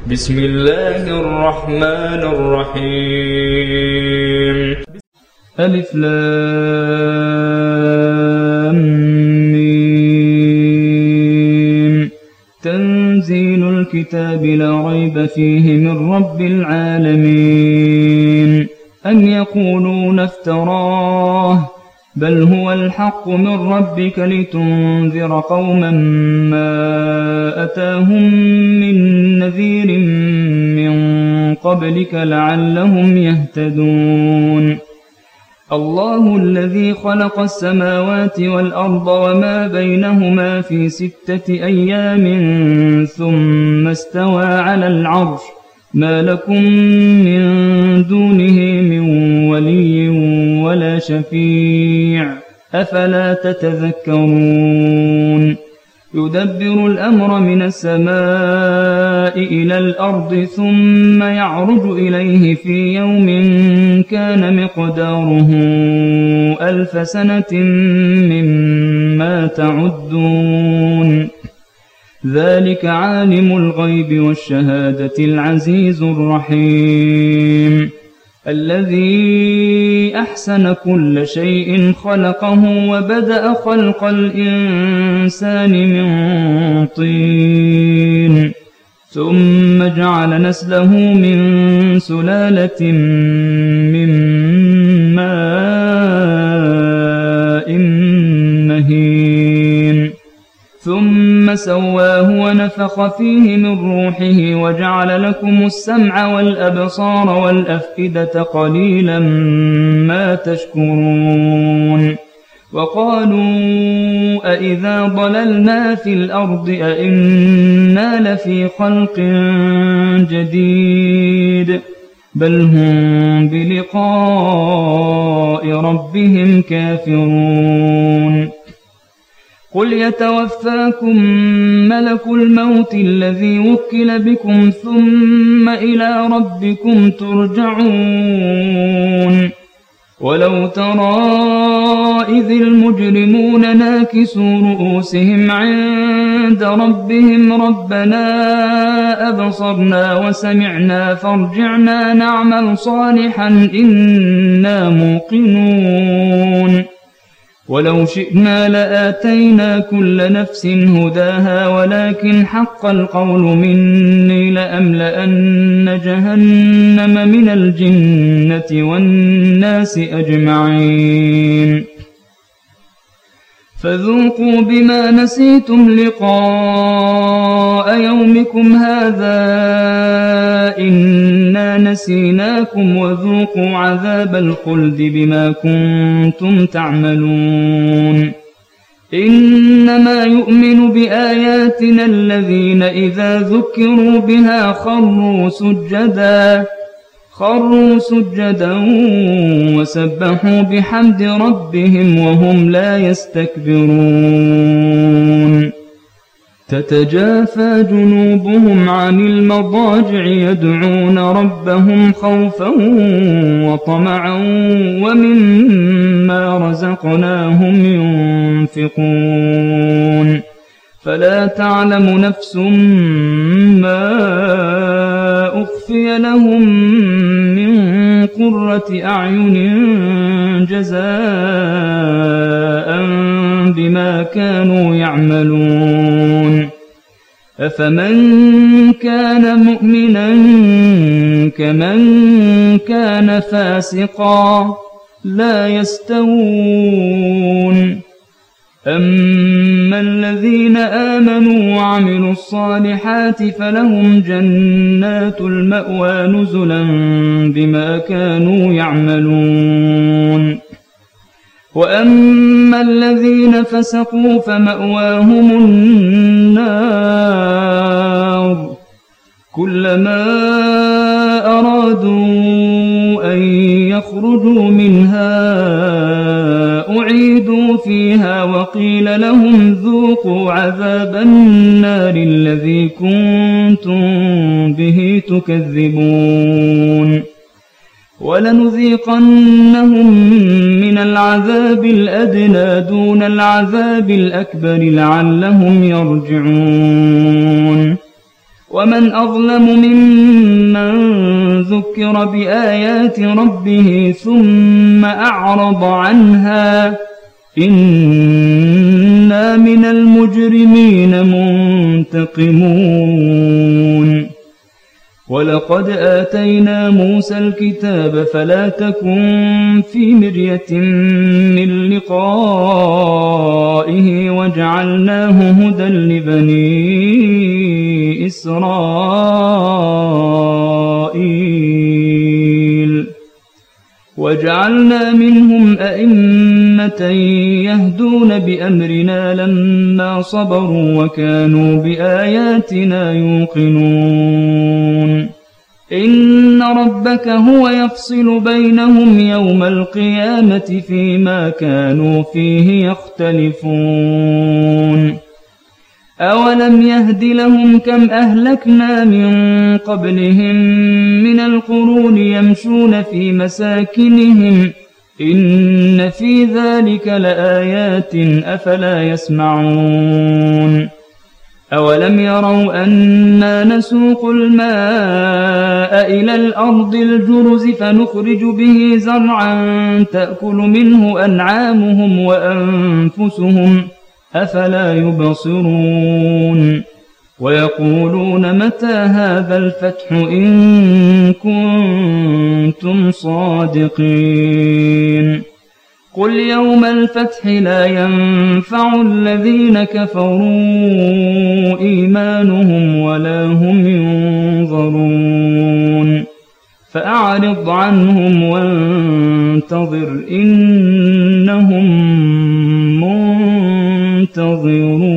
بسم الله الرحمن الرحيم. ألف لام ميم. تنزيل الكتاب لا ريب فيه من رب العالمين. أم يقولون افتراه بل هو الحق من ربك لتنذر قوما ما أتاهم من نذير من قبلك لعلهم يهتدون. الله الذي خلق السماوات والأرض وما بينهما في 6 أيام ثم استوى على العرش ما لكم من دونه من ولي ولا شفيع أفلا تتذكرون. يدبر الأمر من السماء إلى الأرض ثم يعرج إليه في يوم كان مقداره 1000 سنة مما تعدون. ذلك عالم الغيب والشهادة العزيز الرحيم. الذي أحسن كل شيء خلقه وبدأ خلق الإنسان من طين ثم جعل نسله من سلالة من ماء مهين ثم سواه ونفخ فيه من روحه وجعل لكم السمع والأبصار والأفئدة قليلا ما تشكرون. وقالوا أإذا ضللنا في الأرض أإنا لفي خلق جديد بل هم بلقاء ربهم كافرون. قل يتوفاكم ملك الموت الذي وكل بكم ثم إلى ربكم ترجعون. ولو ترى إذ المجرمون ناكسوا رؤوسهم عند ربهم ربنا أبصرنا وسمعنا فارجعنا نعمل صالحا إنا موقنون. ولو شئنا لآتينا كل نفس هداها ولكن حق القول مني لأملأن جهنم من الجنة والناس أجمعين. فذوقوا بما نسيتم لقاء يومكم هذا إنا نسيناكم وذوقوا عذاب الخلد بما كنتم تعملون. إنما يؤمن بآياتنا الذين إذا ذكروا بها خروا سجدا وسبحوا بحمد ربهم وهم لا يستكبرون. تتجافى جنوبهم عن المضاجع يدعون ربهم خوفا وطمعا ومما رزقناهم ينفقون. فلا تعلم نفس ما أخفي لهم من قرة أعين جزاء بما كانوا يعملون. أفمن كان مؤمنا كمن كان فاسقا لا يستوون. أما الذين آمنوا وعملوا الصالحات فلهم جنات المأوى نزلا بما كانوا يعملون. وأما الذين فسقوا فمأواهم النار كلما أرادوا أن يخرجوا منها أعيدوا فيها وقيل لهم ذوقوا عذاب النار الذي كنتم به تكذبون. ولنذيقنهم من العذاب الأدنى دون العذاب الأكبر لعلهم يرجعون. ومن أظلم ممن ذكر بآيات ربه ثم أعرض عنها إنا من المجرمين منتقمون ولقد آتينا موسى الكتاب فلا تكن في مرية من لقائه وجعلناه هدى لبني إسرائيل وجعلنا منهم أئمة يهدون بأمرنا لما صبروا وكانوا بآياتنا يوقنون إن ربك هو يفصل بينهم يوم القيامة فيما كانوا فيه يختلفون أولم يهد لهم كم أهلكنا من قبلهم من القرون يمشون في مساكنهم إن في ذلك لآيات أفلا يسمعون أولم يروا أنا نسوق الماء إلى الأرض الجرز فنخرج به زرعا تأكل منه أنعامهم وأنفسهم أفلا يبصرون ويقولون متى هذا الفتح إن كنتم صادقين قل يوم الفتح لا ينفع الذين كفروا إيمانهم ولا هم ينظرون فأعرض عنهم وانتظر إنهم منتظرون